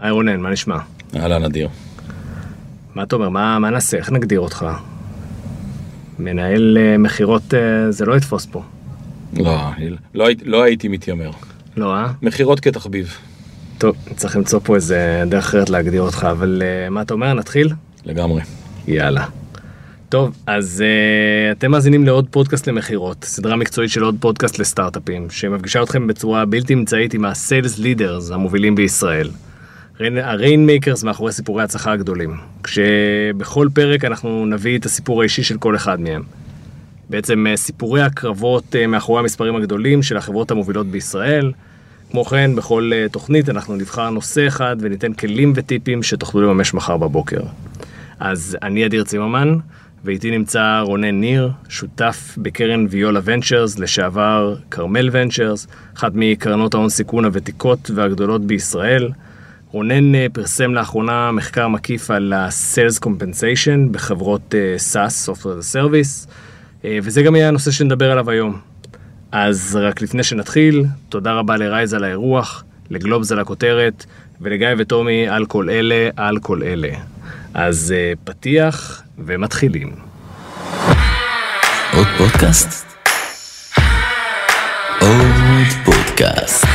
היי רונן, מה נשמע? אהלן, אדיר. מה אתה אומר? מה נעשה? איך נגדיר אותך? מנהל מחירות זה לא יתפוס פה. לא הייתי מתיימר. לא, מחירות כתחביב. טוב, צריך למצוא פה איזה דרך אחרת להגדיר אותך, אבל מה אתה אומר? נתחיל? לגמרי. יאללה. טוב, אז אתם מאזינים לעוד פודקאסט למחירות, סדרה מקצועית של עוד פודקאסט לסטארט-אפים, שמפגישה אתכם בצורה בלתי אמצעית עם ה-Sales Leaders המובילים בישראל. ה-Rainmakers מאחורי סיפורי הצלחה הגדולים, כשבכל פרק אנחנו נביא את הסיפור האישי של כל אחד מהם. בעצם סיפורי הקרבות מאחורי המספרים הגדולים של החברות המובילות בישראל. כמו כן, בכל תוכנית אנחנו נבחר נושא אחד וניתן כלים וטיפים שתוכלו לממש מחר בבוקר. אז אני אדיר צימרמן, ואיתי נמצא רונן ניר, שותף בקרן ויולה ונצ'רס, לשעבר קרמל ונצ'רס, אחת מקרנות ההון סיכון הוותיקות והגדולות בישראל. רונן פרסם לאחרונה מחקר מקיף על ה-Sales Compensation בחברות SaaS, Software as a Service, וזה גם יהיה הנושא שנדבר עליו היום. אז רק לפני שנתחיל, תודה רבה לרייז על האירוח, לגלובס על הכותרת, ולגיא וטומי על כל אלה, על כל אלה. אז פתיח ומתחילים. עוד פודקאסט? עוד פודקאסט.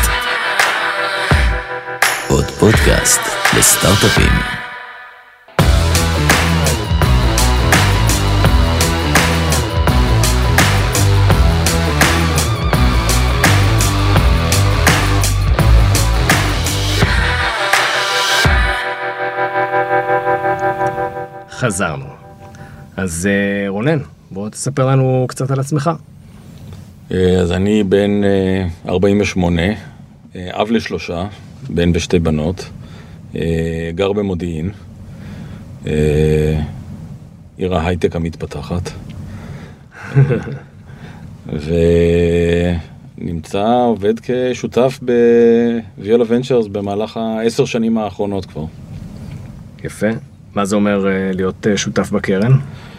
עוד פודקאסט לסטארט-אפים. חזרנו. אז רונן, בוא תספר לנו קצת על עצמך. אז אני בן 48, אב לשלושה, בן ושתי בנות, גר במודיעין, עיר ההייטק המתפתחת, ונמצא, עובד כשותף בוויולה ונצ'רס במהלך 10 שנים האחרונות כבר. יפה. מה זה אומר להיות שותף בקרן?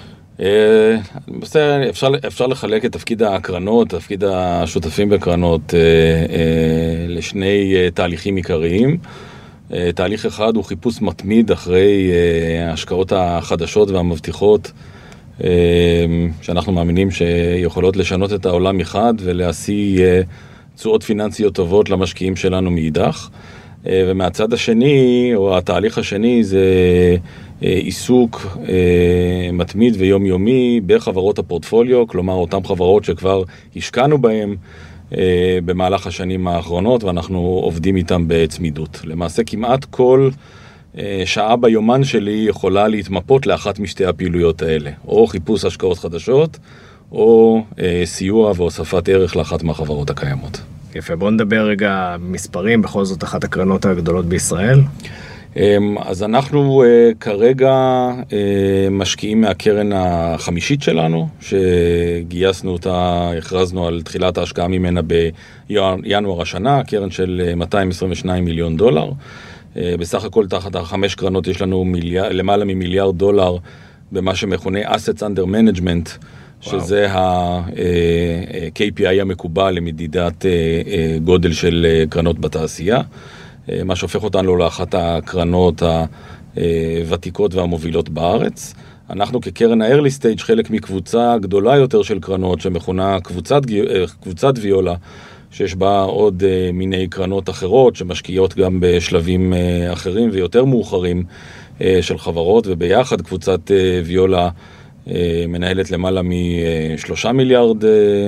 אפשר לחלק את תפקיד הקרנות, תפקיד השותפים בקרנות לשני תהליכים עיקריים. תהליך אחד הוא חיפוש מתמיד אחרי ההשקעות החדשות והמבטיחות, שאנחנו מאמינים שיכולות לשנות את העולם מחד ולהשיא תשואות פיננסיות טובות למשקיעים שלנו מאידך. ומהצד השני, או התהליך השני, זה עיסוק מתמיד ויומיומי בחברות הפורטפוליו, כלומר אותן חברות שכבר השקענו בהן במהלך השנים האחרונות, ואנחנו עובדים איתן בצמידות. למעשה כמעט כל שעה ביומן שלי יכולה להתמפות לאחת משתי הפעילויות האלה, או חיפוש השקעות חדשות, או סיוע והוספת ערך לאחת מהחברות הקיימות. יפה, בוא נדבר רגע מספרים, בכל זאת אחת הקרנות הגדולות בישראל. אז אנחנו כרגע משקיעים מהקרן החמישית שלנו, שגייסנו אותה, הכרזנו על תחילת ההשקעה ממנה בינואר השנה, קרן של $222 מיליון. בסך הכל תחת 5 קרנות יש לנו למעלה $1 מיליארד במה שמכונה Assets Under Management, שזה ה-KPI המקובל למדידת גודל של קרנות בתעשייה, מה שהופך אותנו לאחת הקרנות הוותיקות והמובילות בארץ. אנחנו כקרן ה-Early Stage חלק מקבוצה גדולה יותר של קרנות שמכונה קבוצת ויולה, שיש בה עוד מיני קרנות אחרות שמשקיעות גם בשלבים אחרים ויותר מאוחרים של חברות, וביחד קבוצת ויולה מנהלת למעלה $3 מיליארד,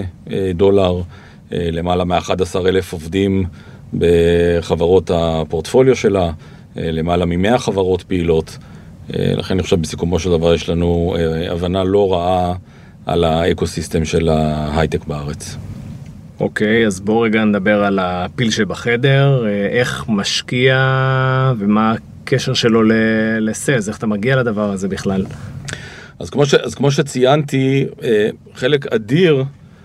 למעלה מ-11,000 עובדים בחברות הפורטפוליו שלה, למעלה מ-100 חברות פעילות. לכן אני חושב בסיכומו של דבר יש לנו הבנה לא רעה על האקוסיסטם של ההייטק בארץ. אוקיי, אז בואו רגע נדבר על הפיל שבחדר, איך משקיע ומה הקשר שלו לסייז, איך אתה מגיע לדבר הזה בכלל? אז כמו שציינתי, חלק אדיר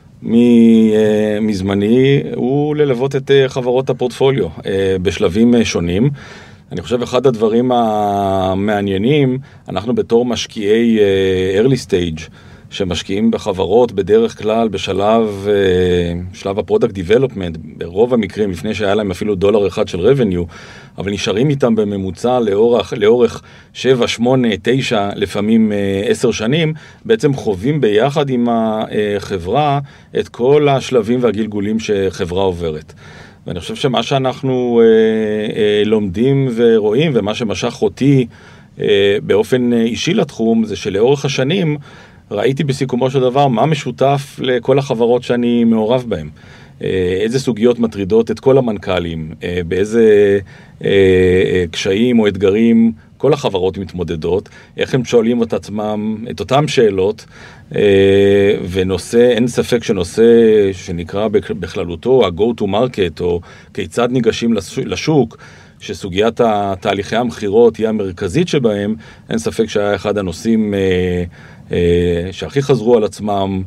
מזמני הוא ללוות את חברות הפורטפוליו בשלבים שונים. אני חושב אחד הדברים המעניינים, אנחנו בתור משקיעי early stage, שמשקיעים בחברות בדרך כלל בשלב הפרודקט דיבלופמנט, ברוב המקרים לפני שהיה להם אפילו $1 של revenue, אבל נשארים איתם בממוצע לאורך 7, 8, 9, לפעמים 10 שנים, בעצם חווים ביחד עם החברה את כל השלבים והגלגולים שחברה עוברת. ואני חושב שמה שאנחנו לומדים ורואים, ומה שמשך אותי באופן אישי לתחום, זה שלאורך השנים ראיתי בסיכומו של דבר מה משותף לכל החברות שאני מעורב בהן. איזה סוגיות מטרידות את כל המנכ"לים, באיזה קשיים או אתגרים כל החברות מתמודדות, איך הם שואלים את עצמם את אותם שאלות, ונושא, אין ספק שנושא שנקרא בכללותו, ה-go to market, או כיצד ניגשים לשוק, שסוגיית תהליכי המחירות היא המרכזית שבהם, אין ספק שהיה אחד הנושאים שהכי חזרו על עצמם,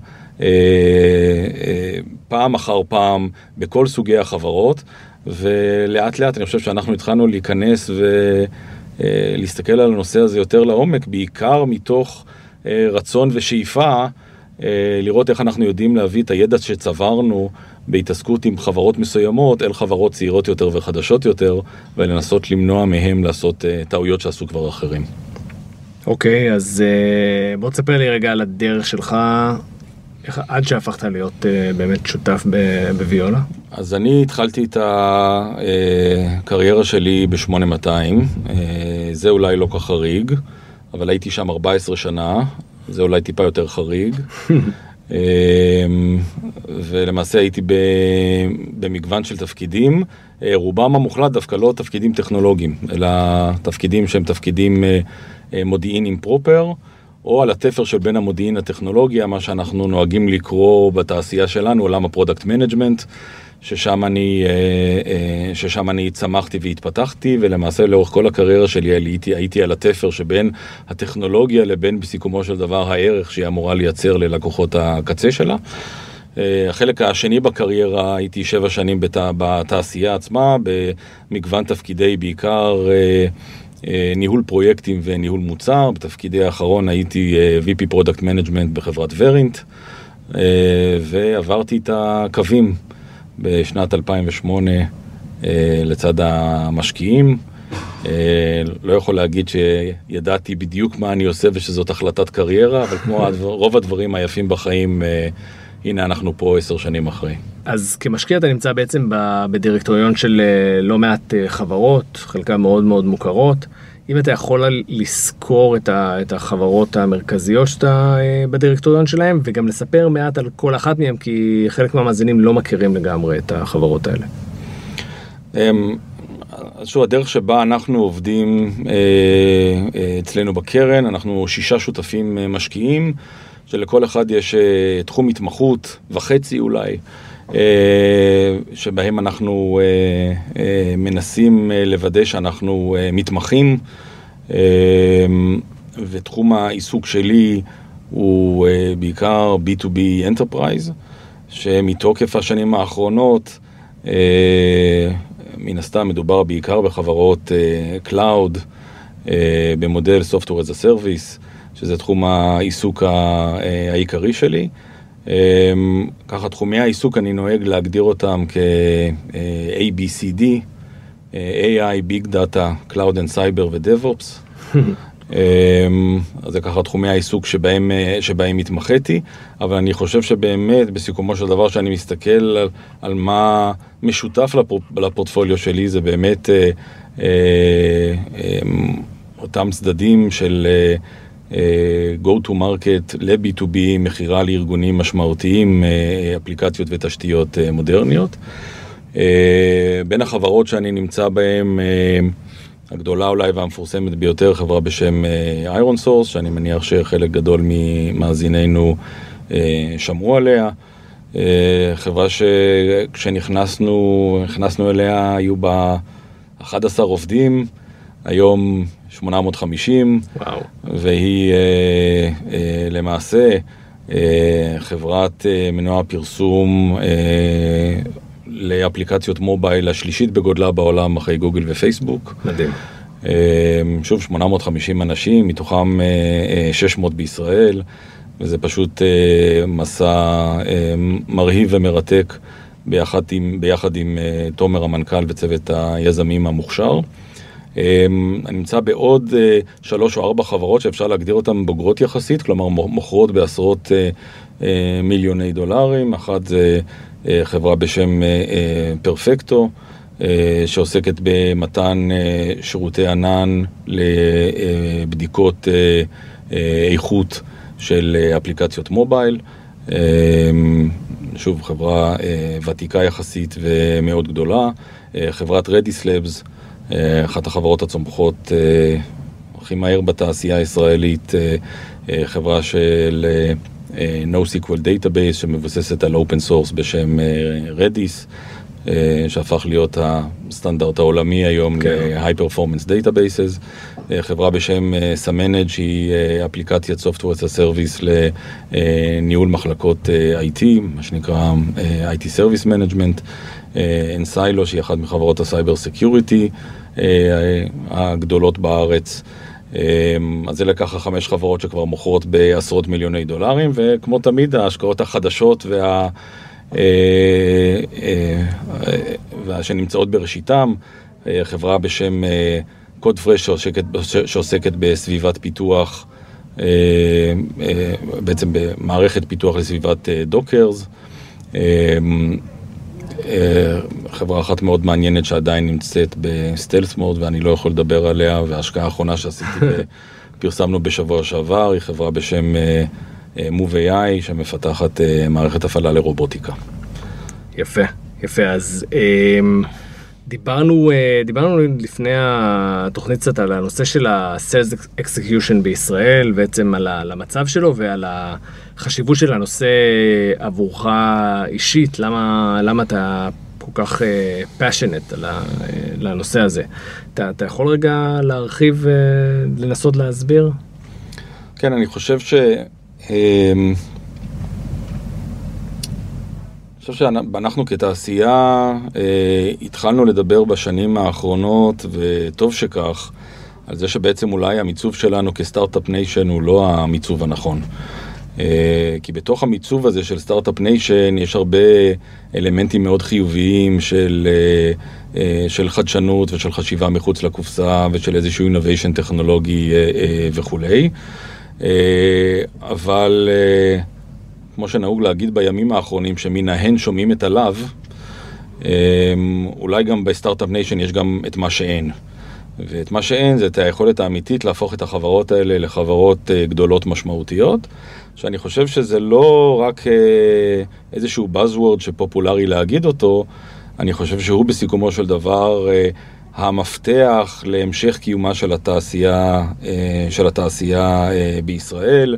פעם אחר פעם בכל סוגי החברות, ולאט לאט אני חושב שאנחנו התחלנו להיכנס ולהסתכל על הנושא הזה יותר לעומק, בעיקר מתוך רצון ושאיפה לראות איך אנחנו יודעים להביא את הידע שצברנו בהתעסקות עם חברות מסוימות אל חברות צעירות יותר וחדשות יותר, ולנסות למנוע מהם לעשות טעויות שעשו כבר אחרים. אוקיי, אז בוא תספר לי רגע על הדרך שלך, עד שהפכת להיות באמת שותף בוויולה. אז אני התחלתי את הקריירה שלי ב-8200, זה אולי לא כך חריג, אבל הייתי שם 14 שנה, זה אולי טיפה יותר חריג, ולמעשה הייתי במגוון של תפקידים, רובם המוחלט דווקא לא תפקידים טכנולוגיים, אלא תפקידים שהם תפקידים מודיעיניים פרופר, או על התפר של בין המודיעין לטכנולוגיה, מה שאנחנו נוהגים לקרוא בתעשייה שלנו, עולם הפרודקט מנג'מנט, ששם אני צמחתי והתפתחתי, ולמעשה לאורך כל הקריירה שלי הייתי על התפר שבין הטכנולוגיה לבין בסיכומו של דבר הערך שהיא אמורה לייצר ללקוחות הקצה שלה. החלק השני בקריירה הייתי 7 שנים בתעשייה עצמה, במגוון תפקידי בעיקר ניהול פרויקטים וניהול מוצר. בתפקידי האחרון הייתי VP Product Management בחברת ורינט, ועברתי את הקווים בשנת 2008 לצד המשקיעים. לא יכול להגיד שידעתי בדיוק מה אני עושה ושזאת החלטת קריירה, אבל כמו רוב הדברים היפים בחיים, הנה אנחנו פה 10 שנים אחרי. אז כמשקיע אתה נמצא בעצם בדירקטוריון של לא מעט חברות, חלקן מאוד מאוד מוכרות. אם אתה יכול לזכור את החברות המרכזיות שאתה בדירקטוריון שלהם, וגם לספר מעט על כל אחת מהם, כי חלק מהמאזינים לא מכירים לגמרי את החברות האלה. אז הדרך שבה אנחנו עובדים אצלנו בקרן, אנחנו 6 שותפים משקיעים, שלכל אחד יש תחום התמחות וחצי אולי, שבהם אנחנו מנסים לוודא שאנחנו מתמחים, ותחום העיסוק שלי הוא בעיקר B2B Enterprise, שמתוקף השנים האחרונות, מן הסתם מדובר בעיקר בחברות Cloud, במודל Software as a Service, שזה תחום העיסוק העיקרי שלי. ככה תחומי העיסוק אני נוהג להגדיר אותם כ-ABCD, AI, Big Data, Cloud and Cyber ו-DevOps. אז זה ככה תחומי העיסוק שבהם התמחיתי, אבל אני חושב שבאמת בסיכומו של דבר שאני מסתכל על מה משותף לפורטפוליו שלי, זה באמת אותם צדדים של go to market ל-B2B, מחירה לארגונים משמעותיים, אפליקציות ותשתיות מודרניות. בין החברות שאני נמצא בהן, הגדולה אולי והמפורסמת ביותר, חברה בשם IronSource, שאני מניח שחלק גדול ממאזינינו שמעו עליה. חברה שכשנכנסנו אליה היו בה 11 עובדים, היום 850, וואו. והיא למעשה חברת מנוע פרסום לאפליקציות מובייל השלישית בגודלה בעולם אחרי גוגל ופייסבוק. מדהים. שוב, 850 אנשים, מתוכם 600 בישראל, וזה פשוט מסע מרהיב ומרתק ביחד עם תומר המנכ"ל וצוות היזמים המוכשר. אני נמצא בעוד 3 או 4 חברות שאפשר להגדיר אותן בוגרות יחסית, כלומר מוכרות בעשרות מיליוני דולרים. אחת זה חברה בשם פרפקטו, שעוסקת במתן שירותי ענן לבדיקות איכות של אפליקציות מובייל. שוב, חברה ותיקה יחסית ומאוד גדולה. חברת Redis Labs, אחת החברות הצומחות הכי מהר בתעשייה הישראלית, חברה של NoSQL Database שמבוססת על Open Source בשם Redis, שהפך להיות הסטנדרט העולמי היום ל-High Performance Databases. חברה בשם Samanage, שהיא אפליקציית Software as a Service לניהול מחלקות IT, מה שנקרא IT Service Management. Ensilo, שהיא אחת מחברות הסייבר סקיוריטי הגדולות בארץ. אז זה לקחה 5 חברות שכבר מוכרות בעשרות מיליוני דולרים, וכמו תמיד ההשקעות החדשות שנמצאות בראשיתם, חברה בשם CodeFresh שעוסקת בסביבת פיתוח, בעצם במערכת פיתוח לסביבת דוקרס. חברה אחת מאוד מעניינת שעדיין נמצאת בסטלס מוד ואני לא יכול לדבר עליה, וההשקעה האחרונה שעשיתי פרסמנו בשבוע שעבר, היא חברה בשם Move AI שמפתחת מערכת הפעלה לרובוטיקה. יפה, יפה. אז דיברנו לפני התוכנית קצת על הנושא של ה-Sales Execution בישראל, בעצם על המצב שלו ועל החשיבות של הנושא עבורך אישית, למה אתה כל כך passionate על הנושא הזה. אתה יכול רגע להרחיב ולנסות להסביר? כן, אני חושב שאנחנו כתעשייה התחלנו לדבר בשנים האחרונות, וטוב שכך, על זה שבעצם אולי המיצוב שלנו כסטארט-אפ ניישן הוא לא המיצוב הנכון. כי בתוך המיצוב הזה של סטארט-אפ ניישן יש הרבה אלמנטים מאוד חיוביים של חדשנות ושל חשיבה מחוץ לקופסה ושל איזשהו innovation טכנולוגי וכולי. אבל כמו שנהוג להגיד בימים האחרונים, שמן ההן שומעים את הלאו, אולי גם בסטארט-אפ ניישן יש גם את מה שאין. ואת מה שאין זה את היכולת האמיתית להפוך את החברות האלה לחברות גדולות משמעותיות, שאני חושב שזה לא רק איזשהו buzzword שפופולרי להגיד אותו, אני חושב שהוא בסיכומו של דבר המפתח להמשך קיומה של התעשייה בישראל.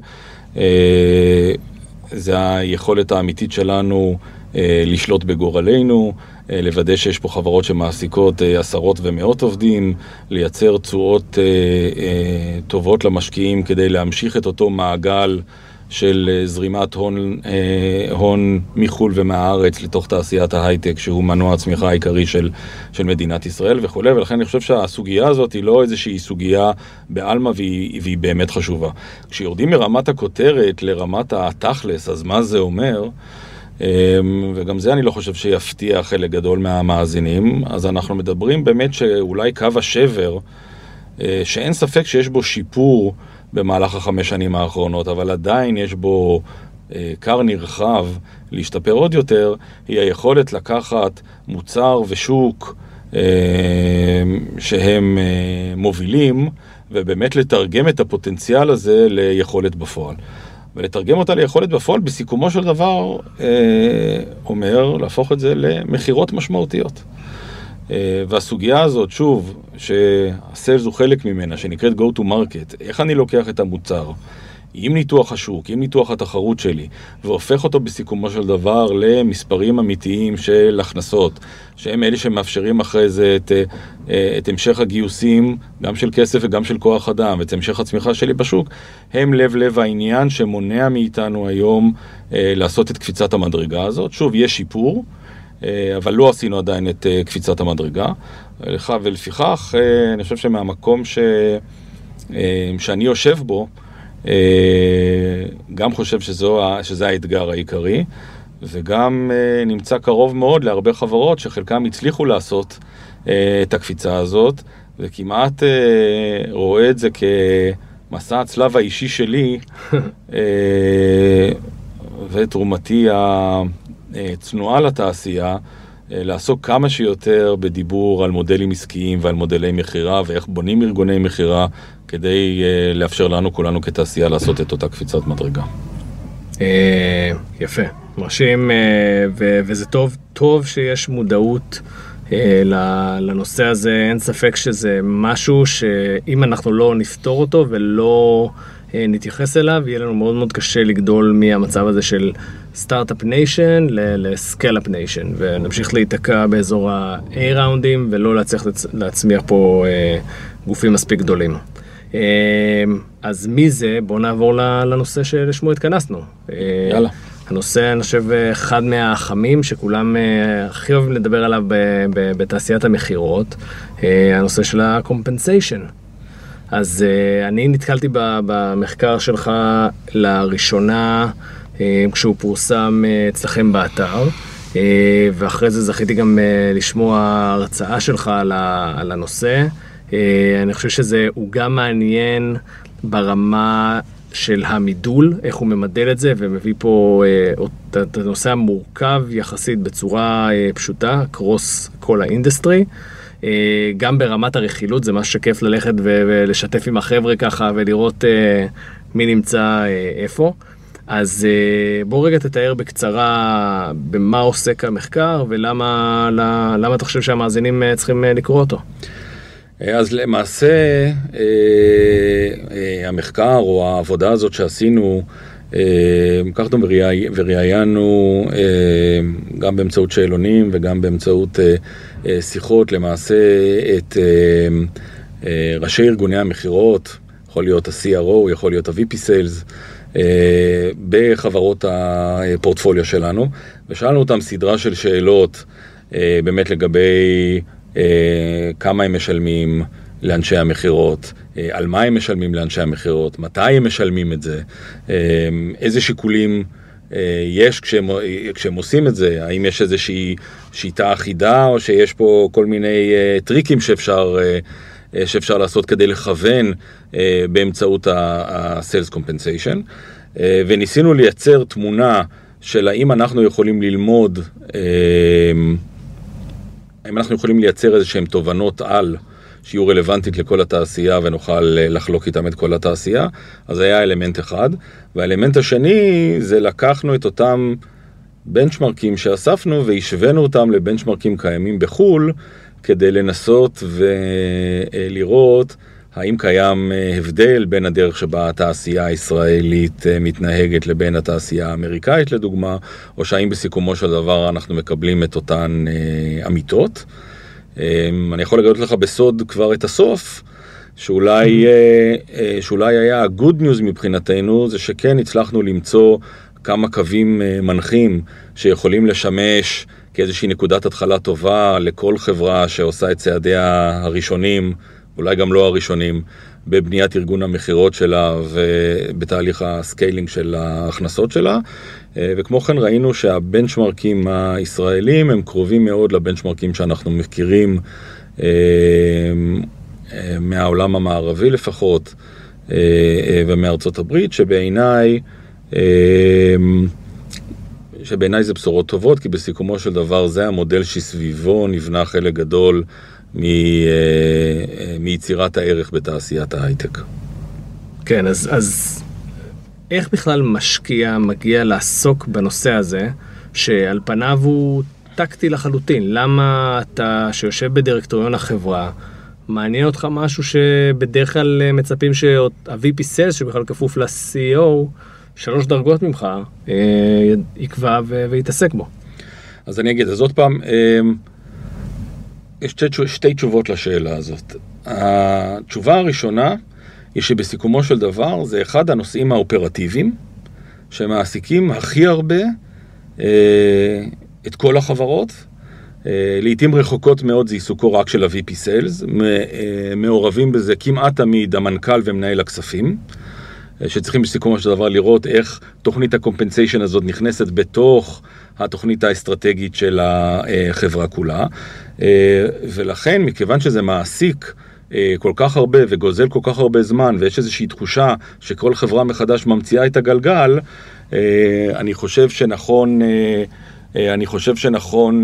זה היכולת האמיתית שלנו לשלוט בגורלנו, לוודא שיש פה חברות שמעסיקות עשרות ומאות עובדים, לייצר תשואות טובות למשקיעים כדי להמשיך את אותו מעגל של זרימת הון מחול ומהארץ לתוך תעשיית ההייטק, שהוא מנוע הצמיחה העיקרי של מדינת ישראל וכו'. ולכן אני חושב שהסוגיה הזאת היא לא איזושהי סוגיה בעלמא, והיא באמת חשובה. כשיורדים מרמת הכותרת לרמת התכלס, אז מה זה אומר? וגם זה אני לא חושב שיפתיע חלק גדול מהמאזינים. אז אנחנו מדברים באמת שאולי קו השבר, שאין ספק שיש בו שיפור במהלך 5 שנים האחרונות, אבל עדיין יש בו קר נרחב להשתפר עוד יותר, היא היכולת לקחת מוצר ושוק שהם מובילים, ובאמת לתרגם את הפוטנציאל הזה ליכולת בפועל. ולתרגם אותה ליכולת בפועל בסיכומו של דבר אומר להפוך את זה למחירות משמעותיות. והסוגיה הזאת, שוב, שהסלס הוא חלק ממנה, שנקראת go to market, איך אני לוקח את המוצר, עם ניתוח השוק, עם ניתוח התחרות שלי, והופך אותו בסיכומו של דבר למספרים אמיתיים של הכנסות, שהם אלה שמאפשרים אחרי זה את המשך הגיוסים, גם של כסף וגם של כוח אדם, ואת המשך הצמיחה שלי בשוק, הם לב העניין שמונע מאיתנו היום לעשות את קפיצת המדרגה הזאת. שוב, יש שיפור, אבל לא עשינו עדיין את קפיצת המדרגה. ולפיכך, אני חושב שמהמקום שאני יושב בו, גם חושב שזה האתגר העיקרי, וגם נמצא קרוב מאוד להרבה חברות שחלקם הצליחו לעשות את הקפיצה הזאת, וכמעט רואה את זה כמסע הצלב האישי שלי, ותרומתי הצנועה לתעשייה, לעסוק כמה שיותר בדיבור על מודלים עסקיים ועל מודלי מחירה, ואיך בונים ארגוני מחירה, כדי לאפשר לנו כולנו כתעשייה לעשות את אותה קפיצת מדרגה. יפה, מרשים, וזה טוב שיש מודעות לנושא הזה. אין ספק שזה משהו שאם אנחנו לא נפתור אותו ולא נתייחס אליו, יהיה לנו מאוד מאוד קשה לגדול מהמצב הזה של סטארט-אפ ניישן לסקייל-אפ ניישן, ונמשיך להתעקע באזור ה-A-ראונדים ולא להצמיח פה גופים מספיק גדולים. אז מזה בואו נעבור לנושא שלשמו התכנסנו. יאללה. הנושא, אני חושב, אחד מהחמים שכולם הכי אוהבים לדבר עליו בתעשיית המחירות, הנושא של ה-compensation. אז אני נתקלתי במחקר שלך לראשונה כשהוא פורסם אצלכם באתר, ואחרי זה זכיתי גם לשמוע הרצאה שלך על הנושא. אני חושב שהוא גם מעניין ברמה של המידול, איך הוא ממדל את זה, ומביא פה את הנושא המורכב יחסית בצורה פשוטה, קרוס כל האינדסטרי. גם ברמת הרכילות, זה מה שכיף ללכת ולשתף עם החבר'ה ככה, ולראות מי נמצא איפה. אז בוא רגע תתאר בקצרה במה עוסק המחקר, ולמה אתה חושב שהמאזינים צריכים לקרוא אותו. אז למעשה, המחקר או העבודה הזאת שעשינו, לקחנו וראיינו גם באמצעות שאלונים וגם באמצעות שיחות, למעשה את ראשי ארגוני המחירות, יכול להיות ה-CRO, יכול להיות ה-VP Sales, בחברות הפורטפוליו שלנו, ושאלנו אותם סדרה של שאלות באמת לגבי כמה הם משלמים לאנשי המחירות, על מה הם משלמים לאנשי המחירות, מתי הם משלמים את זה, איזה שיקולים יש כשהם עושים את זה, האם יש איזושהי שיטה אחידה, או שיש פה כל מיני טריקים שאפשר לעשות כדי לכוון באמצעות ה-Sales Compensation, וניסינו לייצר תמונה של האם אנחנו יכולים ללמוד, אם אנחנו יכולים לייצר איזשהם תובנות על שיהיו רלוונטית לכל התעשייה ונוכל לחלוק איתם את כל התעשייה, אז היה אלמנט אחד. והאלמנט השני זה לקחנו את אותם בנצ'מרקים שאספנו והשווינו אותם לבנצ'מרקים קיימים בחול, כדי לנסות ולראות האם קיים הבדל בין הדרך שבה התעשייה הישראלית מתנהגת לבין התעשייה האמריקאית לדוגמה, או שהאם בסיכומו של דבר אנחנו מקבלים את אותן אמיתות. אני יכול לגלות לך בסוד כבר את הסוף, שאולי היה ה-good news מבחינתנו, זה שכן הצלחנו למצוא כמה קווים מנחים שיכולים לשמש כאיזושהי נקודת התחלה טובה לכל חברה שעושה את צעדיה הראשונים, אולי גם לא הראשונים, בבניית ארגון המחירות שלה ובתהליך הסקיילינג של ההכנסות שלה. וכמו כן ראינו שהבנצ'מרקים הישראלים הם קרובים מאוד לבנצ'מרקים שאנחנו מכירים מהעולם המערבי לפחות, ומארצות הברית, שבעיניי זה בשורות טובות, כי בסיכומו של דבר זה המודל שסביבו נבנה חלק גדול מיצירת הערך בתעשיית ההייטק. כן, אז איך בכלל משקיע מגיע לעסוק בנושא הזה, שעל פניו הוא טקטי לחלוטין? למה אתה שיושב בדירקטוריון החברה, מעניין אותך משהו שבדרך כלל מצפים שה-VP Sales, שבכלל כפוף ל-CEO, 3 דרגות ממך, יקבע ויתעסק בו? אז אני אגיד, אז עוד פעם, יש שתי תשובות לשאלה הזאת. התשובה הראשונה היא שבסיכומו של דבר זה אחד הנושאים האופרטיביים שמעסיקים הכי הרבה את כל החברות. לעתים רחוקות מאוד זה עיסוקו רק של ה-VP Sales, מעורבים בזה כמעט תמיד המנכ"ל ומנהל הכספים, שצריכים בסיכומו של דבר לראות איך תוכנית הקומפנסיישן הזאת נכנסת בתוך התוכנית האסטרטגית של החברה כולה. ולכן, מכיוון שזה מעסיק כל כך הרבה וגוזל כל כך הרבה זמן, ויש איזושהי תחושה שכל חברה מחדש ממציאה את הגלגל, אני חושב שנכון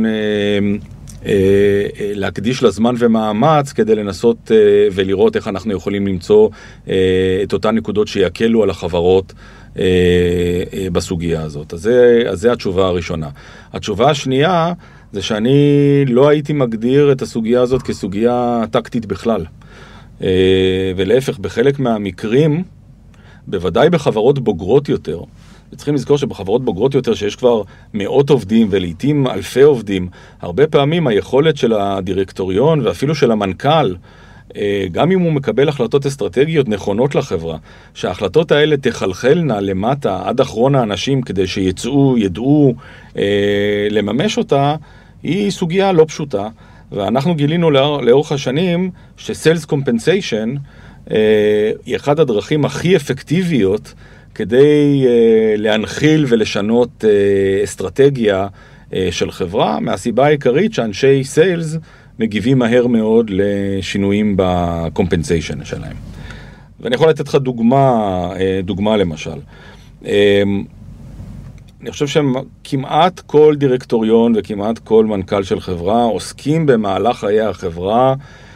להקדיש לזמן ומאמץ כדי לנסות ולראות איך אנחנו יכולים למצוא את אותן נקודות שיקלו על החברות בסוגיה הזאת. אז זה התשובה הראשונה. התשובה השנייה זה שאני לא הייתי מגדיר את הסוגיה הזאת כסוגיה טקטית בכלל. ולהפך, בחלק מהמקרים, בוודאי בחברות בוגרות יותר, וצריכים לזכור שבחברות בוגרות יותר שיש כבר מאות עובדים ולעיתים אלפי עובדים, הרבה פעמים היכולת של הדירקטוריון ואפילו של המנכ"ל, גם אם הוא מקבל החלטות אסטרטגיות נכונות לחברה, שההחלטות האלה תחלחלנה למטה עד אחרון האנשים כדי ידעו לממש אותה, היא סוגיה לא פשוטה. ואנחנו גילינו לאורך השנים ש-Sales Compensation היא אחד הדרכים הכי אפקטיביות כדי להנחיל ולשנות אסטרטגיה של חברה, מהסיבה העיקרית שאנשי סיילס מגיבים מהר מאוד לשינויים בקומפנסיישן שלהם. ואני יכול לתת לך דוגמה למשל. אני חושב שכמעט כל דירקטוריון וכמעט כל מנכ"ל של חברה עוסקים במהלך חיי החברה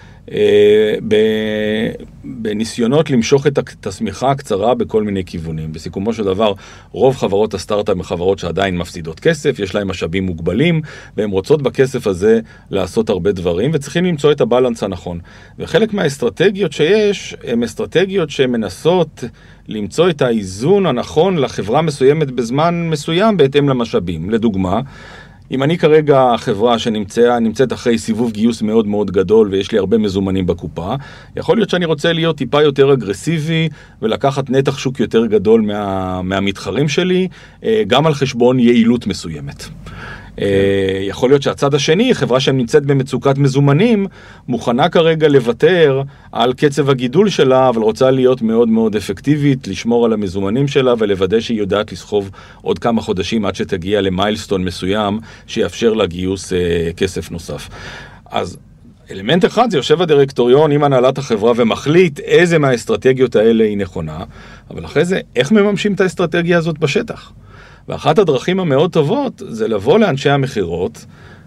בניסיונות למשוך את השמיכה הקצרה בכל מיני כיוונים. בסיכומו של דבר, רוב חברות הסטארט-אפ הן חברות שעדיין מפסידות כסף, יש להן משאבים מוגבלים, והן רוצות בכסף הזה לעשות הרבה דברים, וצריכים למצוא את הבלנס הנכון. וחלק מהאסטרטגיות שיש, הן אסטרטגיות שמנסות למצוא את האיזון הנכון לחברה מסוימת בזמן מסוים בהתאם למשאבים. לדוגמה, אם אני כרגע חברה שנמצאת אחרי סיבוב גיוס מאוד מאוד גדול ויש לי הרבה מזומנים בקופה, יכול להיות שאני רוצה להיות טיפה יותר אגרסיבי ולקחת נתח שוק יותר גדול מהמתחרים שלי, גם על חשבון יעילות מסוימת. יכול להיות שהצד השני, חברה שנמצאת במצוקת מזומנים, מוכנה כרגע לוותר על קצב הגידול שלה, אבל רוצה להיות מאוד מאוד אפקטיבית, לשמור על המזומנים שלה ולוודא שהיא יודעת לסחוב עוד כמה חודשים עד שתגיע למיילסטון מסוים שיאפשר לה גיוס כסף נוסף. אז אלמנט אחד זה יושב הדירקטוריון עם הנהלת החברה ומחליט איזה מהאסטרטגיות האלה היא נכונה, אבל אחרי זה איך מממשים את האסטרטגיה הזאת בשטח? ואחת הדרכים המאוד טובות זה לבוא לאנשי המחירות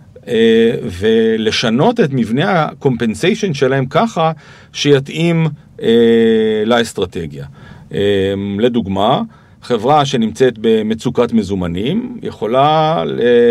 ולשנות את מבנה הקומפנסיישן שלהם ככה שיתאים לאסטרטגיה. לדוגמה, חברה שנמצאת במצוקת מזומנים יכולה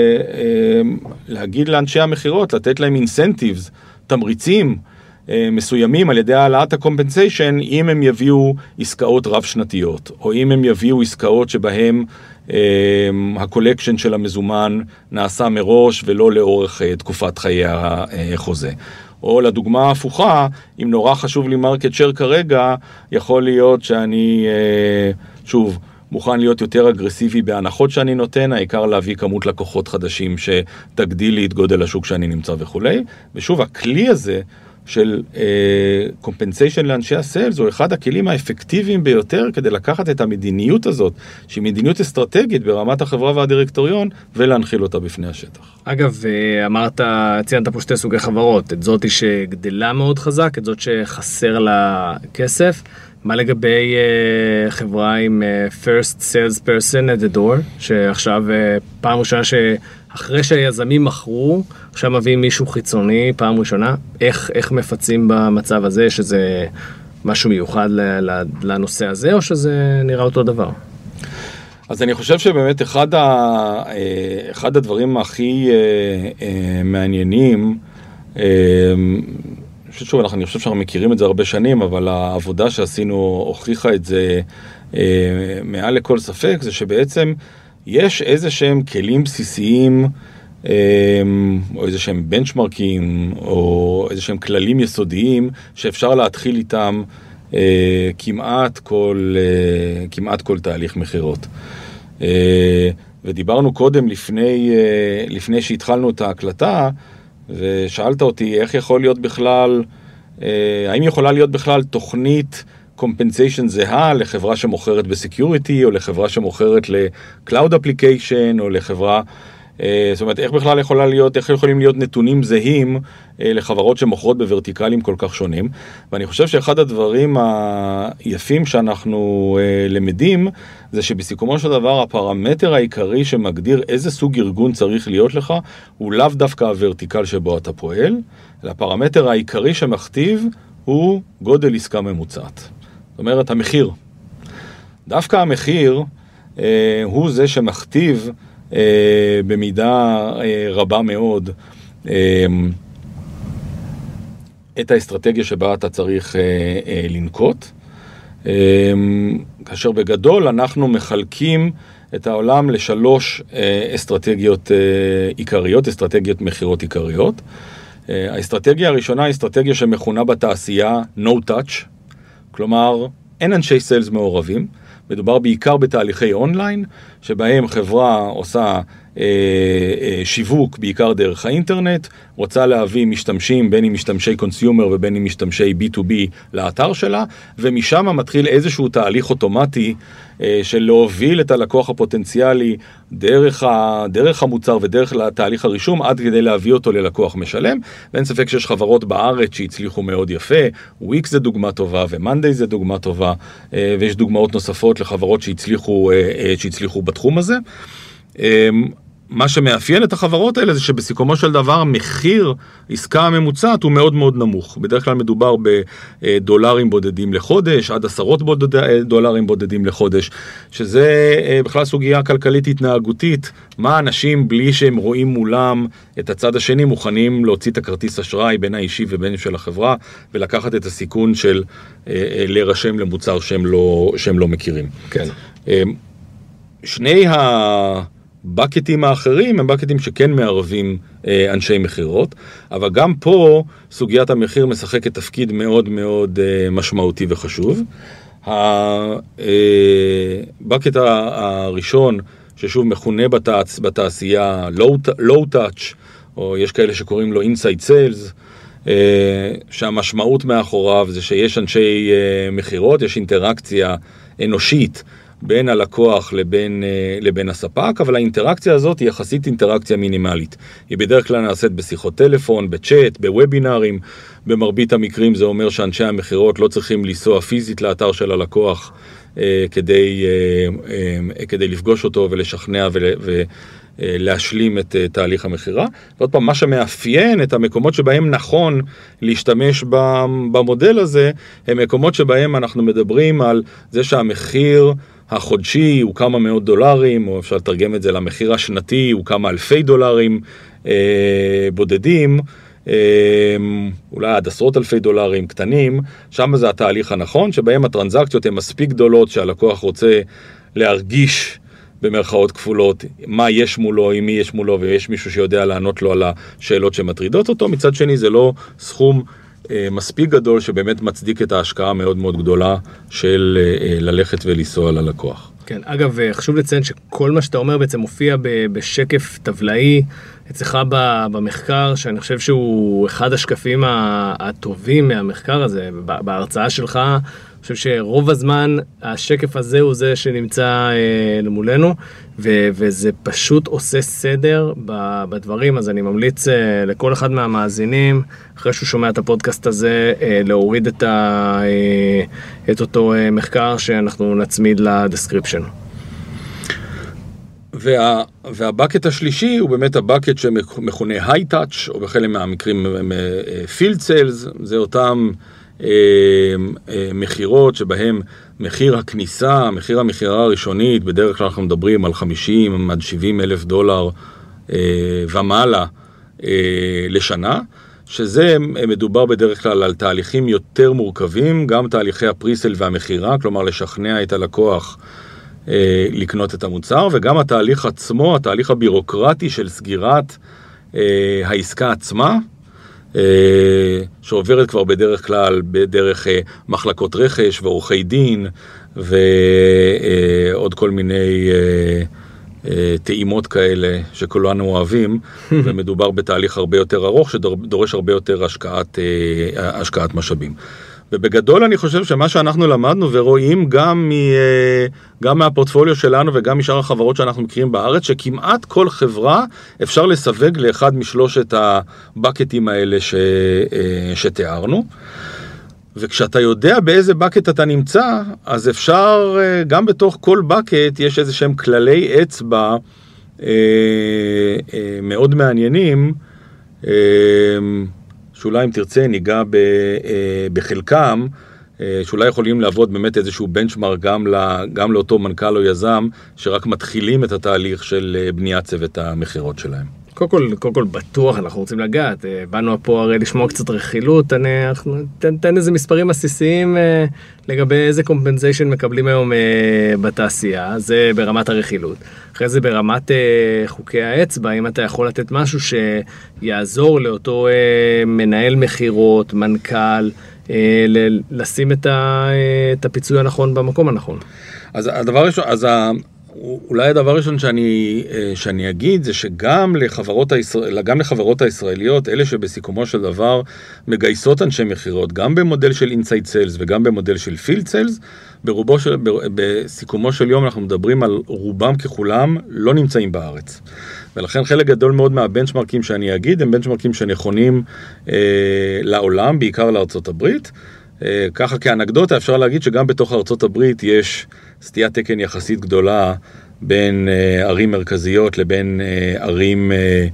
להגיד לאנשי המחירות, לתת להם אינסנטיבס, תמריצים מסוימים על ידי העלאת הקומפנסיישן, אם הם יביאו עסקאות רב שנתיות, או אם הם יביאו עסקאות שבהם הקולקשן של המזומן נעשה מראש ולא לאורך תקופת חיי החוזה. או לדוגמה הפוכה, אם נורא חשוב לי מרקט שייר כרגע, יכול להיות שאני, שוב, מוכן להיות יותר אגרסיבי בהנחות שאני נותן, העיקר להביא כמות לקוחות חדשים שתגדיל לי את גודל השוק שאני נמצא וכו'. ושוב, הכלי הזה של קומפנסיישן לאנשי הסיילס הוא אחד הכלים האפקטיביים ביותר כדי לקחת את המדיניות הזאת, שהיא מדיניות אסטרטגית ברמת החברה והדירקטוריון, ולהנחיל אותה בפני השטח. אגב, ציינת פה שתי סוגי חברות, את זאת שגדלה מאוד חזק, את זאת שחסר לה כסף. מה לגבי חברה עם first sales person at the door, שעכשיו פעם ראשונה שאחרי שהיזמים מכרו, עכשיו מביאים מישהו חיצוני פעם ראשונה, איך מפצים במצב הזה, שזה משהו מיוחד לנושא הזה, או שזה נראה אותו דבר? אז אני חושב שבאמת אחד הדברים הכי מעניינים, שוב, אני חושב שאנחנו מכירים את זה הרבה שנים, אבל העבודה שעשינו הוכיחה את זה מעל לכל ספק, זה שבעצם יש איזה שהם כלים בסיסיים, או איזה שהם בנצ'מרקים, או איזה שהם כללים יסודיים, שאפשר להתחיל איתם כמעט כל תהליך מחירות. ודיברנו קודם, לפני שהתחלנו את ההקלטה, ושאלת אותי איך יכול להיות בכלל, האם יכולה להיות בכלל תוכנית compensation זהה לחברה שמוכרת בסקיוריטי, או לחברה שמוכרת ל-Cloud Application, או לחברה, זאת אומרת, איך בכלל איך יכולים להיות נתונים זהים לחברות שמוכרות בוורטיקלים כל כך שונים. ואני חושב שאחד הדברים היפים שאנחנו למדים, זה שבסיכומו של דבר הפרמטר העיקרי שמגדיר איזה סוג ארגון צריך להיות לך, הוא לאו דווקא הוורטיקל שבו אתה פועל, אלא הפרמטר העיקרי שמכתיב הוא גודל עסקה ממוצעת. זאת אומרת, המחיר. דווקא המחיר הוא זה שמכתיב במידה רבה מאוד את האסטרטגיה שבה אתה צריך לנקוט. כאשר בגדול אנחנו מחלקים את העולם לשלוש אסטרטגיות עיקריות, אסטרטגיות מחירות עיקריות. האסטרטגיה הראשונה היא אסטרטגיה שמכונה בתעשייה no touch, כלומר אין אנשי סיילס מעורבים, מדובר בעיקר בתהליכי אונליין, שבהם חברה עושה שיווק בעיקר דרך האינטרנט, רוצה להביא משתמשים, בין אם משתמשי קונסיומר ובין אם משתמשי B2B לאתר שלה, ומשם מתחיל איזשהו תהליך אוטומטי של להוביל את הלקוח הפוטנציאלי דרך המוצר ודרך לתהליך הרישום, עד כדי להביא אותו ללקוח משלם. ואין ספק שיש חברות בארץ שהצליחו מאוד יפה, וויקס זה דוגמה טובה ומנדי זה דוגמה טובה, ויש דוגמאות נוספות לחברות שהצליחו בתחום הזה. מה שמאפיין את החברות האלה זה שבסיכומו של דבר מחיר עסקה הממוצעת הוא מאוד מאוד נמוך. בדרך כלל מדובר בדולרים בודדים לחודש, עד עשרות דולרים בודדים לחודש, שזה בכלל סוגיה כלכלית התנהגותית, מה אנשים בלי שהם רואים מולם את הצד השני מוכנים להוציא את הכרטיס אשראי בין האישי ובין של החברה, ולקחת את הסיכון של להירשם למוצר שהם לא מכירים. כן. שני הבקטים האחרים הם בקטים שכן מערבים אנשי מחירות, אבל גם פה סוגיית המחיר משחקת תפקיד מאוד מאוד משמעותי וחשוב. הבקט הראשון, ששוב מכונה בתעשייה low touch, או יש כאלה שקוראים לו inside sales, שהמשמעות מאחוריו זה שיש אנשי מחירות, יש אינטראקציה אנושית בין הלקוח לבין הספק, אבל האינטראקציה הזאת היא יחסית אינטראקציה מינימלית. היא בדרך כלל נעשית בשיחות טלפון, בצ'אט, בוובינרים. במרבית המקרים זה אומר שאנשי המחירות לא צריכים לנסוע פיזית לאתר של הלקוח כדי לפגוש אותו ולשכנע ולהשלים את תהליך המחירה. ועוד פעם, מה שמאפיין את המקומות שבהם נכון להשתמש במודל הזה, הם מקומות שבהם אנחנו מדברים על זה שהמחיר החודשי הוא כמה מאות דולרים, או אפשר לתרגם את זה למחיר השנתי, הוא כמה אלפי דולרים בודדים, אולי עד עשרות אלפי דולרים קטנים. שם זה התהליך הנכון, שבהם הטרנזקציות הן מספיק גדולות שהלקוח רוצה להרגיש במרכאות כפולות מה יש מולו, עם מי יש מולו, ויש מישהו שיודע לענות לו על השאלות שמטרידות אותו. מצד שני זה לא סכום מספיק גדול שבאמת מצדיק את ההשקעה המאוד מאוד גדולה של ללכת ולנסוע ללקוח. כן, אגב, חשוב לציין שכל מה שאתה אומר בעצם מופיע בשקף טבלאי אצלך במחקר, שאני חושב שהוא אחד השקפים הטובים מהמחקר הזה. בהרצאה שלך, אני חושב שרוב הזמן השקף הזה הוא זה שנמצא למולנו, וזה פשוט עושה סדר בדברים. אז אני ממליץ לכל אחד מהמאזינים, אחרי שהוא שומע את הפודקאסט הזה, להוריד את אותו מחקר שאנחנו נצמיד לדסקריפשן. והבקט השלישי הוא באמת הבקט שמכונה high touch, או בחלק מהמקרים field sales. זה אותם מחירות שבהם מחיר הכניסה, מחיר המחירה הראשונית, בדרך כלל אנחנו מדברים על 50 עד 70 אלף דולר ומעלה לשנה, שזה מדובר בדרך כלל על תהליכים יותר מורכבים, גם תהליכי הפריסל והמחירה, כלומר לשכנע את הלקוח לקנות את המוצר, וגם התהליך עצמו, התהליך הבירוקרטי של סגירת העסקה עצמה, שעוברת כבר בדרך כלל בדרך מחלקות רכש ועורכי דין ועוד כל מיני טעימות כאלה שכולנו אוהבים, ומדובר בתהליך הרבה יותר ארוך שדורש הרבה יותר השקעת משאבים. ובגדול אני חושב שמה שאנחנו למדנו ורואים גם מהפורטפוליו שלנו וגם משאר החברות שאנחנו מכירים בארץ, שכמעט כל חברה אפשר לסווג לאחד משלושת הבקטים האלה שתיארנו. וכשאתה יודע באיזה בקט אתה נמצא, אז אפשר, גם בתוך כל בקט יש איזה שהם כללי אצבע מאוד מעניינים, שאולי אם תרצה ניגע בחלקם, שאולי יכולים לעבוד באמת איזשהו בנצ'מרק גם לאותו מנכ"ל או יזם, שרק מתחילים את התהליך של בניית צוות המחירות שלהם. קודם כל בטוח אנחנו רוצים לגעת, באנו פה הרי לשמוע קצת רכילות, תן איזה מספרים עסיסיים לגבי איזה קומפנסיישן מקבלים היום בתעשייה, זה ברמת הרכילות. אחרי זה ברמת חוקי האצבע, אם אתה יכול לתת משהו שיעזור לאותו מנהל מחירות, מנכ"ל, לשים את הפיצוי הנכון במקום הנכון. אז הדבר ראשון, אולי הדבר הראשון שאני אגיד זה שגם לחברות הישראליות, אלה שבסיכומו של דבר מגייסות אנשי מחירות, גם במודל של אינסייד סיילס וגם במודל של פילד סיילס, בסיכומו של יום אנחנו מדברים על רובם ככולם לא נמצאים בארץ. ולכן חלק גדול מאוד מהבנצ'מרקים שאני אגיד, הם בנצ'מרקים שנכונים לעולם, בעיקר לארצות הברית. ככה כאנקדוטה אפשר להגיד שגם בתוך ארצות הברית יש סטיית תקן יחסית גדולה בין ערים מרכזיות לבין ערים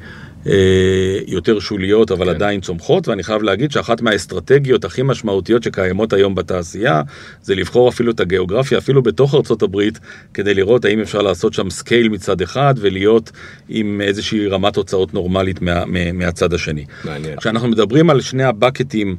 יותר שוליות אבל עדיין צומחות, ואני חייב להגיד שאחת מהאסטרטגיות הכי משמעותיות שקיימות היום בתעשייה זה לבחור אפילו את הגיאוגרפיה, אפילו בתוך ארצות הברית, כדי לראות האם אפשר לעשות שם סקייל מצד אחד ולהיות עם איזושהי רמת הוצאות נורמלית מהצד השני. כשאנחנו מדברים על שני הבקטים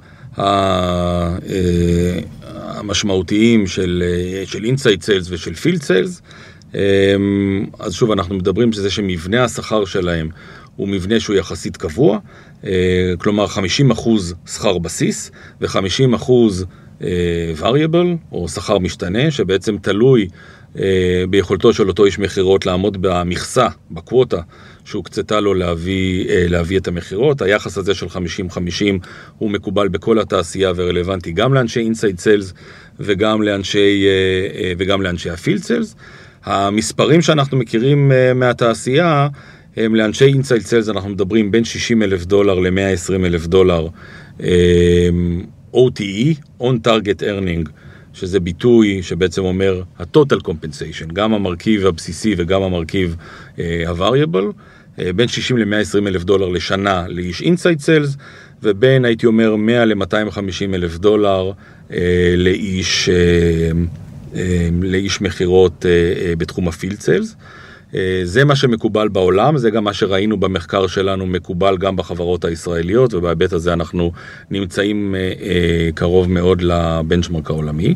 המשמעותיים של אינסייד סיילס ושל פילד סיילס, אז שוב אנחנו מדברים שזה שמבנה השכר שלהם הוא מבנה שהוא יחסית קבוע, כלומר 50% שכר בסיס ו50% variable או שכר משתנה, שבעצם תלוי ביכולתו של אותו איש מחירות לעמוד במכסה, בקווטה שהוקצתה לו להביא את המחירות. היחס הזה של 50-50 הוא מקובל בכל התעשייה ורלוונטי גם לאנשי אינסייד סיילס וגם לאנשי הפילד סיילס. המספרים שאנחנו מכירים מהתעשייה הם לאנשי אינסייד סיילס, אנחנו מדברים בין $60,000 ל-$120,000 OTE, On Target Earning, שזה ביטוי שבעצם אומר ה-Total Compensation, גם המרכיב הבסיסי וגם המרכיב ה-Variable, בין $60,000 ל-$120,000 לשנה לאיש אינסייד סיילס, ובין, הייתי אומר, $100,000 ל-$250,000 לאיש מחירות בתחום הפילד סיילס. זה מה שמקובל בעולם, זה גם מה שראינו במחקר שלנו מקובל גם בחברות הישראליות, ובהיבט הזה אנחנו נמצאים קרוב מאוד לבנצ'מרק העולמי.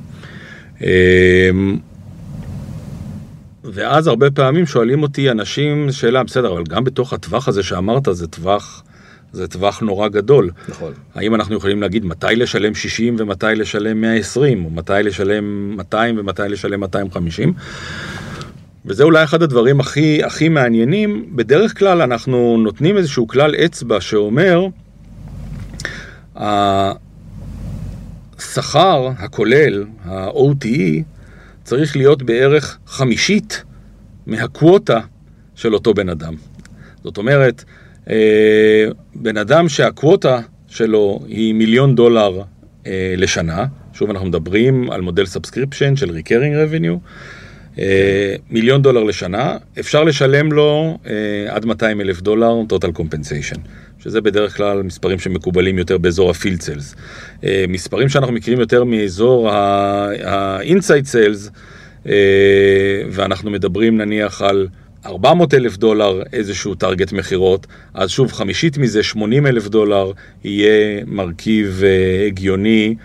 ואז הרבה פעמים שואלים אותי אנשים שאלה, בסדר, אבל גם בתוך הטווח הזה שאמרת, זה טווח נורא גדול. נכון. האם אנחנו יכולים להגיד מתי לשלם 60 ומתי לשלם 120, או מתי לשלם 200 ומתי לשלם 250? וזה אולי אחד הדברים הכי מעניינים. בדרך כלל אנחנו נותנים איזשהו כלל אצבע שאומר, השכר הכולל, ה-OTE, צריך להיות בערך 50% מהקווטה של אותו בן אדם. זאת אומרת, בן אדם שהקווטה שלו היא $1,000,000 לשנה, שוב אנחנו מדברים על מודל סאבסקריפשן של recurring revenue, $1,000,000 לשנה, אפשר לשלם לו עד $200,000 total compensation, שזה בדרך כלל מספרים שמקובלים יותר באזור הפילד סיילס. מספרים שאנחנו מכירים יותר מאזור האינסייד סיילס, ואנחנו מדברים נניח על $400,000 איזשהו טרגט מחירות, אז שוב 50% מזה, $80,000 יהיה מרכיב הגיוני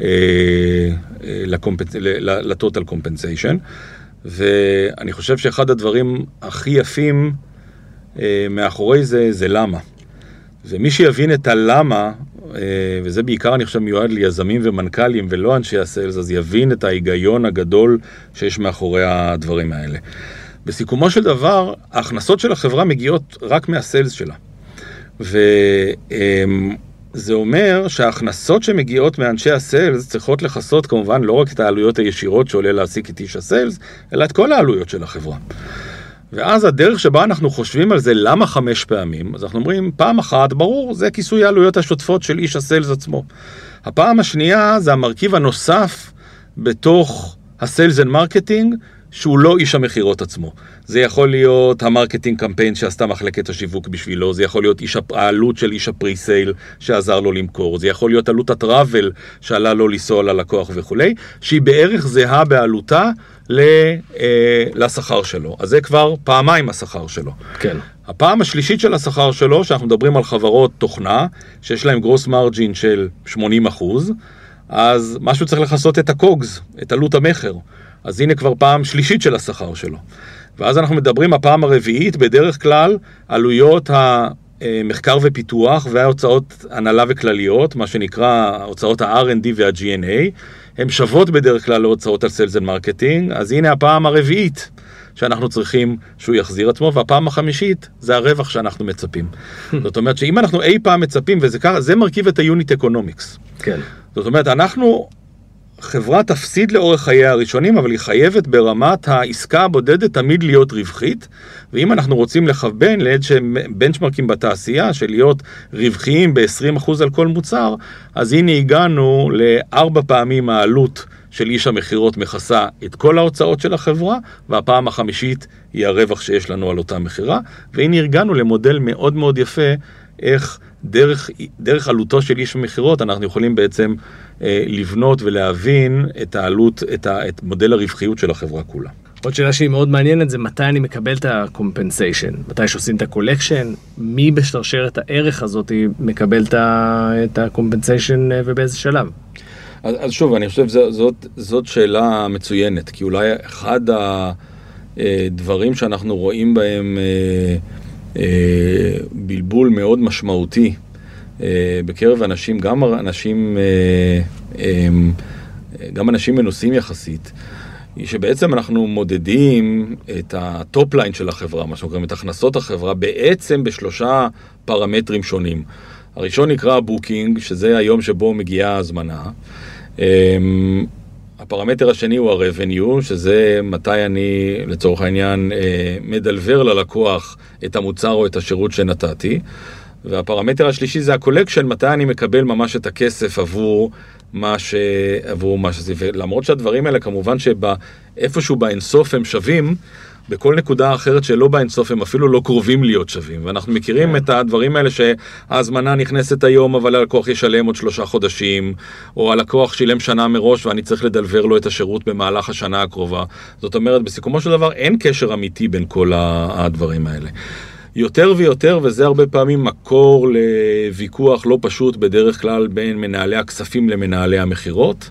לטוטל קומפנסיישן. ואני חושב שאחד הדברים הכי יפים מאחורי זה למה. ומי שיבין את הלמה, וזה בעיקר אני חושב מיועד ליזמים ומנכ"לים ולא אנשי הסיילס, אז יבין את ההיגיון הגדול שיש מאחורי הדברים האלה. בסיכומו של דבר, ההכנסות של החברה מגיעות רק מהסיילס שלה. זה אומר שההכנסות שמגיעות מאנשי הסיילס צריכות לחסות כמובן לא רק את העלויות הישירות שעולה להעסיק את איש הסיילס, אלא את כל העלויות של החברה. ואז הדרך שבה אנחנו חושבים על זה, למה 5 פעמים? אז אנחנו אומרים, פעם אחת, ברור, זה כיסוי העלויות השוטפות של איש הסיילס עצמו. הפעם השנייה זה המרכיב הנוסף בתוך הסיילס אנד מרקטינג, שהוא לא איש המחירות עצמו. זה יכול להיות המרקטינג קמפיין שעשתה מחלקת השיווק בשבילו, זה יכול להיות העלות של איש הפרי-סייל שעזר לו למכור, זה יכול להיות עלות הטראבל שעלה לו לנסוע ללקוח וכו', שהיא בערך זהה בעלותה לשכר שלו. אז זה כבר פעמיים השכר שלו. כן. הפעם השלישית של השכר שלו, שאנחנו מדברים על חברות תוכנה, שיש להם גרוס מרג'ין של 80%, אז משהו צריך לחסות את הקוגז, את עלות המחר. אז הנה כבר פעם שלישית של השכר שלו. ואז אנחנו מדברים הפעם הרביעית, בדרך כלל עלויות המחקר ופיתוח וההוצאות הנהלה וכלליות, מה שנקרא הוצאות ה-R&D וה-G&A, הן שוות בדרך כלל להוצאות על סיילס אנד מרקטינג, אז הנה הפעם הרביעית שאנחנו צריכים שהוא יחזיר עצמו, והפעם החמישית זה הרווח שאנחנו מצפים. זאת אומרת שאם אנחנו אי פעם מצפים, וזה ככה, זה מרכיב את היוניט אקונומיקס. כן. זאת אומרת, חברה תפסיד לאורך חיי הראשונים, אבל היא חייבת ברמת העסקה הבודדת תמיד להיות רווחית, ואם אנחנו רוצים לכוון לאיזשהם בנצ'מרקים בתעשייה, של להיות רווחיים ב-20% על כל מוצר, אז הנה הגענו ל4 פעמים העלות של איש המחירות מכסה את כל ההוצאות של החברה, והפעם החמישית היא הרווח שיש לנו על אותה מחירה, והנה הגענו למודל מאוד מאוד יפה, איך דרך עלותו של איש המחירות אנחנו יכולים בעצם לבנות ולהבין את העלות, את מודל הרווחיות של החברה כולה. עוד שאלה שהיא מאוד מעניינת זה מתי אני מקבל את הקומפנסיישן, מתי שעושים את הקולקשן, מי בשרשרת הערך הזאת מקבל את הקומפנסיישן ובאיזה שלב? אז שוב, אני חושב זאת שאלה מצוינת, כי אולי אחד הדברים שאנחנו רואים בהם בלבול מאוד משמעותי בקרב אנשים, גם אנשים מנוסים יחסית, היא שבעצם אנחנו מודדים את הטופ ליין של החברה, מה שאומרים, את הכנסות החברה, בעצם ב3 פרמטרים שונים. הראשון נקרא בוקינג, שזה היום שבו מגיעה ההזמנה. הפרמטר השני הוא ה-revenue, שזה מתי אני, לצורך העניין, מדלבר ללקוח את המוצר או את השירות שנתתי. והפרמטר השלישי זה ה-collection, מתי אני מקבל ממש את הכסף עבור מה שזה. ולמרות שהדברים האלה, כמובן שאיפשהו באינסוף הם שווים, בכל נקודה אחרת שלא באינסוף הם אפילו לא קרובים להיות שווים. ואנחנו מכירים את הדברים האלה שההזמנה נכנסת היום, אבל הלקוח ישלם עוד 3 חודשים, או הלקוח שילם שנה מראש ואני צריך לדלבר לו את השירות במהלך השנה הקרובה. זאת אומרת, בסיכומו של דבר אין קשר אמיתי בין כל הדברים האלה. יותר ויותר, וזה הרבה פעמים מקור לוויכוח לא פשוט בדרך כלל בין מנהלי הכספים למנהלי המחירות.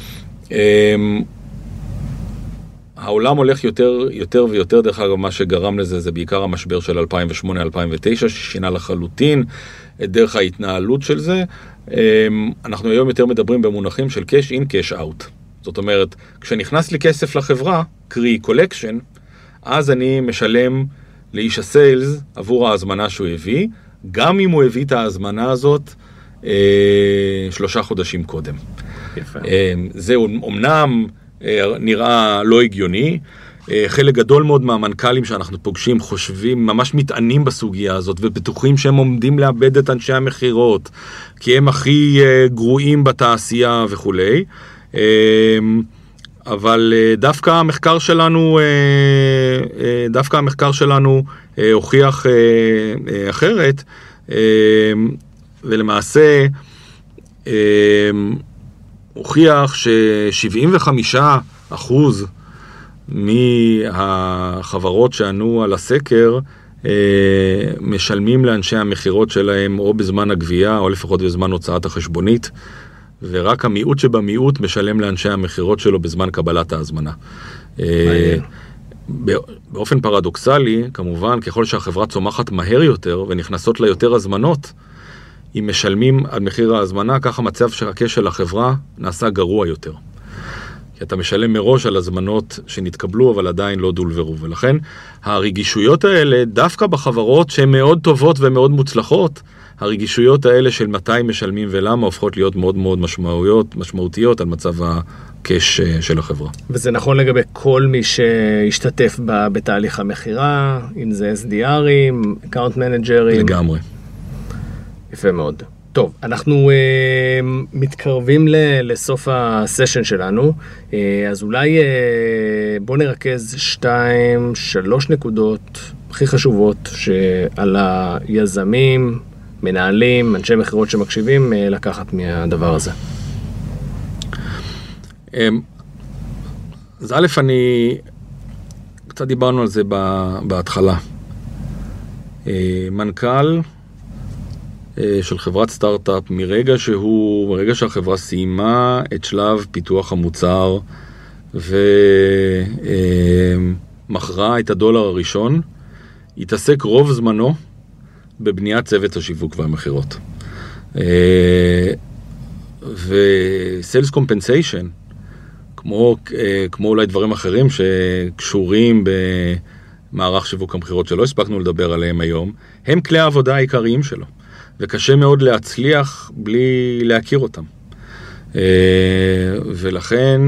העולם הולך יותר ויותר, דרך אגב, מה שגרם לזה זה בעיקר המשבר של 2008-2009, ששינה לחלוטין את דרך ההתנהלות של זה. אנחנו היום יותר מדברים במונחים של cash in, cash out. זאת אומרת, כשנכנס לי כסף לחברה, קרי collection, אז אני משלם לאיש הסיילס עבור ההזמנה שהוא הביא, גם אם הוא הביא את ההזמנה הזאת 3 חודשים קודם. יפה. זה אומנם נראה לא הגיוני, חלק גדול מאוד מהמנכ"לים שאנחנו פוגשים חושבים, ממש מתענים בסוגיה הזאת, ובטוחים שהם עומדים לאבד את אנשי המחירות, כי הם הכי גרועים בתעשייה וכו'. אבל דווקא המחקר שלנו הוכיח אחרת, ולמעשה הוכיח ש75% מהחברות שענו על הסקר משלמים לאנשי המחירות שלהם או בזמן הגבייה או לפחות בזמן הוצאת החשבונית, ורק המיעוט שבמיעוט משלם לאנשי המחירות שלו בזמן קבלת ההזמנה. באופן פרדוקסלי, כמובן, ככל שהחברה צומחת מהר יותר ונכנסות לה יותר הזמנות, אם משלמים על מחיר ההזמנה, ככה מצב שהכס של החברה נעשה גרוע יותר. כי אתה משלם מראש על הזמנות שנתקבלו, אבל עדיין לא דולברו. ולכן הרגישויות האלה, דווקא בחברות שהן מאוד טובות ומאוד מוצלחות, הרגישויות האלה של מתי משלמים ולמה הופכות להיות מאוד מאוד משמעותיות על מצב הקש של החברה. וזה נכון לגבי כל מי שהשתתף בתהליך המחירה, אם זה SDRים, Account Managers. לגמרי. יפה מאוד. טוב, אנחנו מתקרבים לסוף הסשן שלנו, אז אולי בוא נרכז 2-3 נקודות הכי חשובות שעל היזמים, מנהלים, אנשי מחירות שמקשיבים, לקחת מהדבר הזה. אז א', קצת דיברנו על זה בהתחלה. מנכ"ל של חברת סטארט-אפ, מרגע שהחברה סיימה את שלב פיתוח המוצר ומכרה את $1 הראשון, התעסק רוב זמנו בבניית צוות השיווק והמחירות. ו-Sales Compensation, כמו אולי דברים אחרים שקשורים במערך שיווק המחירות שלא הספקנו לדבר עליהם היום, הם כלי העבודה העיקריים שלו. וקשה מאוד להצליח בלי להכיר אותם. ולכן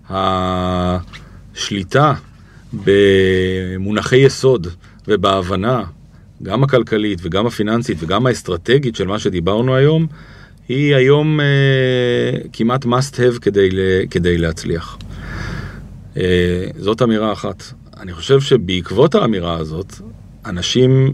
השליטה במונחי יסוד ובהבנה, גם הכלכלית וגם הפיננסית וגם האסטרטגית של מה שדיברנו היום, היא היום כמעט must have כדי להצליח. זאת אמירה אחת. אני חושב שבעקבות האמירה הזאת, אנשים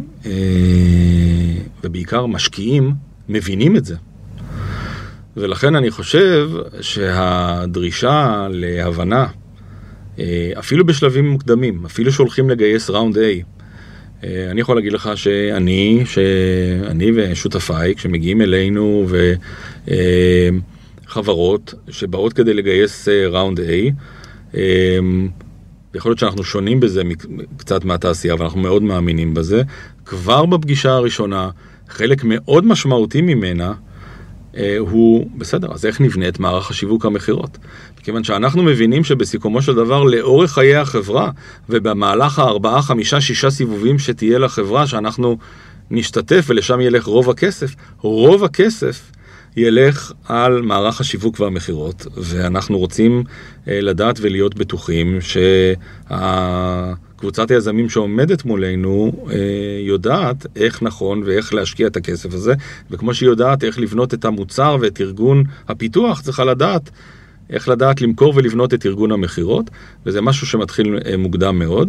ובעיקר משקיעים מבינים את זה. ולכן אני חושב שהדרישה להבנה, אפילו בשלבים מוקדמים, אפילו שהולכים לגייס ראונד A, אני יכול להגיד לך שאני ושותפיי, כשמגיעים אלינו וחברות שבאות כדי לגייס ראונד A, יכול להיות שאנחנו שונים בזה קצת מהתעשייה, אבל אנחנו מאוד מאמינים בזה. כבר בפגישה הראשונה, חלק מאוד משמעותי ממנה, הוא, בסדר, אז איך נבנה את מערך השיווק המחירות? כיוון שאנחנו מבינים שבסיכומו של דבר, לאורך חיי החברה, ובמהלך 4, 5, 6 סיבובים שתהיה לחברה, שאנחנו נשתתף ולשם ילך רוב הכסף ילך על מערך השיווק והמחירות, ואנחנו רוצים לדעת ולהיות בטוחים שהקבוצת היזמים שעומדת מולנו יודעת איך נכון ואיך להשקיע את הכסף הזה, וכמו שהיא יודעת איך לבנות את המוצר ואת ארגון הפיתוח, צריכה לדעת איך לדעת למכור ולבנות את ארגון המחירות, וזה משהו שמתחיל מוקדם מאוד.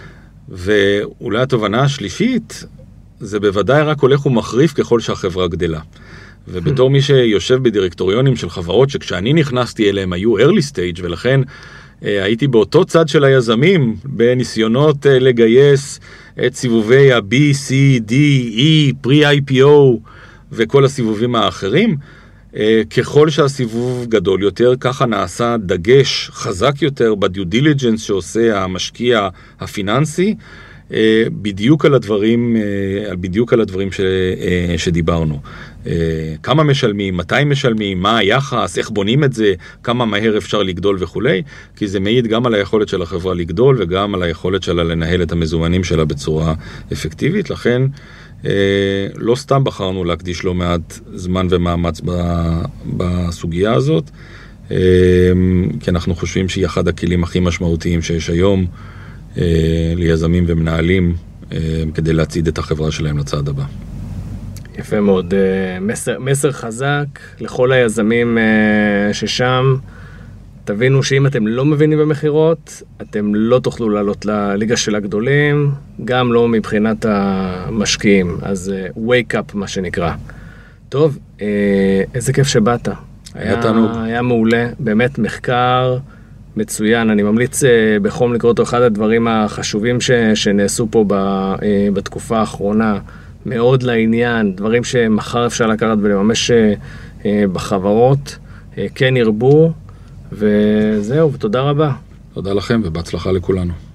ואולי התובנה השלישית, זה בוודאי רק הולך ומחריף ככל שהחברה גדלה. ובתור מי שיושב בדירקטוריונים של חברות שכשאני נכנסתי אליהם היו early stage, ולכן הייתי באותו צד של היזמים בניסיונות לגייס את סיבובי ה-B, C, D, E, pre-IPO וכל הסיבובים האחרים. ככל שהסיבוב גדול יותר, ככה נעשה דגש חזק יותר בדיו דיליג'נס שעושה המשקיע הפיננסי, בדיוק על הדברים שדיברנו. כמה משלמים, מתי משלמים, מה היחס, איך בונים את זה, כמה מהר אפשר לגדול וכו', כי זה מעיד גם על היכולת של החברה לגדול וגם על היכולת שלה לנהל את המזומנים שלה בצורה אפקטיבית. לכן לא סתם בחרנו להקדיש לא מעט זמן ומאמץ בסוגיה הזאת, כי אנחנו חושבים שהיא אחד הכלים הכי משמעותיים שיש היום ליזמים ומנהלים כדי להצעיד את החברה שלהם לצעד הבא. יפה מאוד. מסר חזק לכל היזמים ששם. תבינו שאם אתם לא מבינים במחירות, אתם לא תוכלו לעלות לליגה של הגדולים, גם לא מבחינת המשקיעים. אז wake up מה שנקרא. טוב, איזה כיף שבאת. היה מעולה, באמת מחקר מצוין. אני ממליץ בחום לקרוא אותו. אחד הדברים החשובים שנעשו פה בתקופה האחרונה, מאוד לעניין, דברים שמחר אפשר לקחת ולממש בחברות, כן ירבו, וזהו, ותודה רבה. תודה לכם ובהצלחה לכולנו.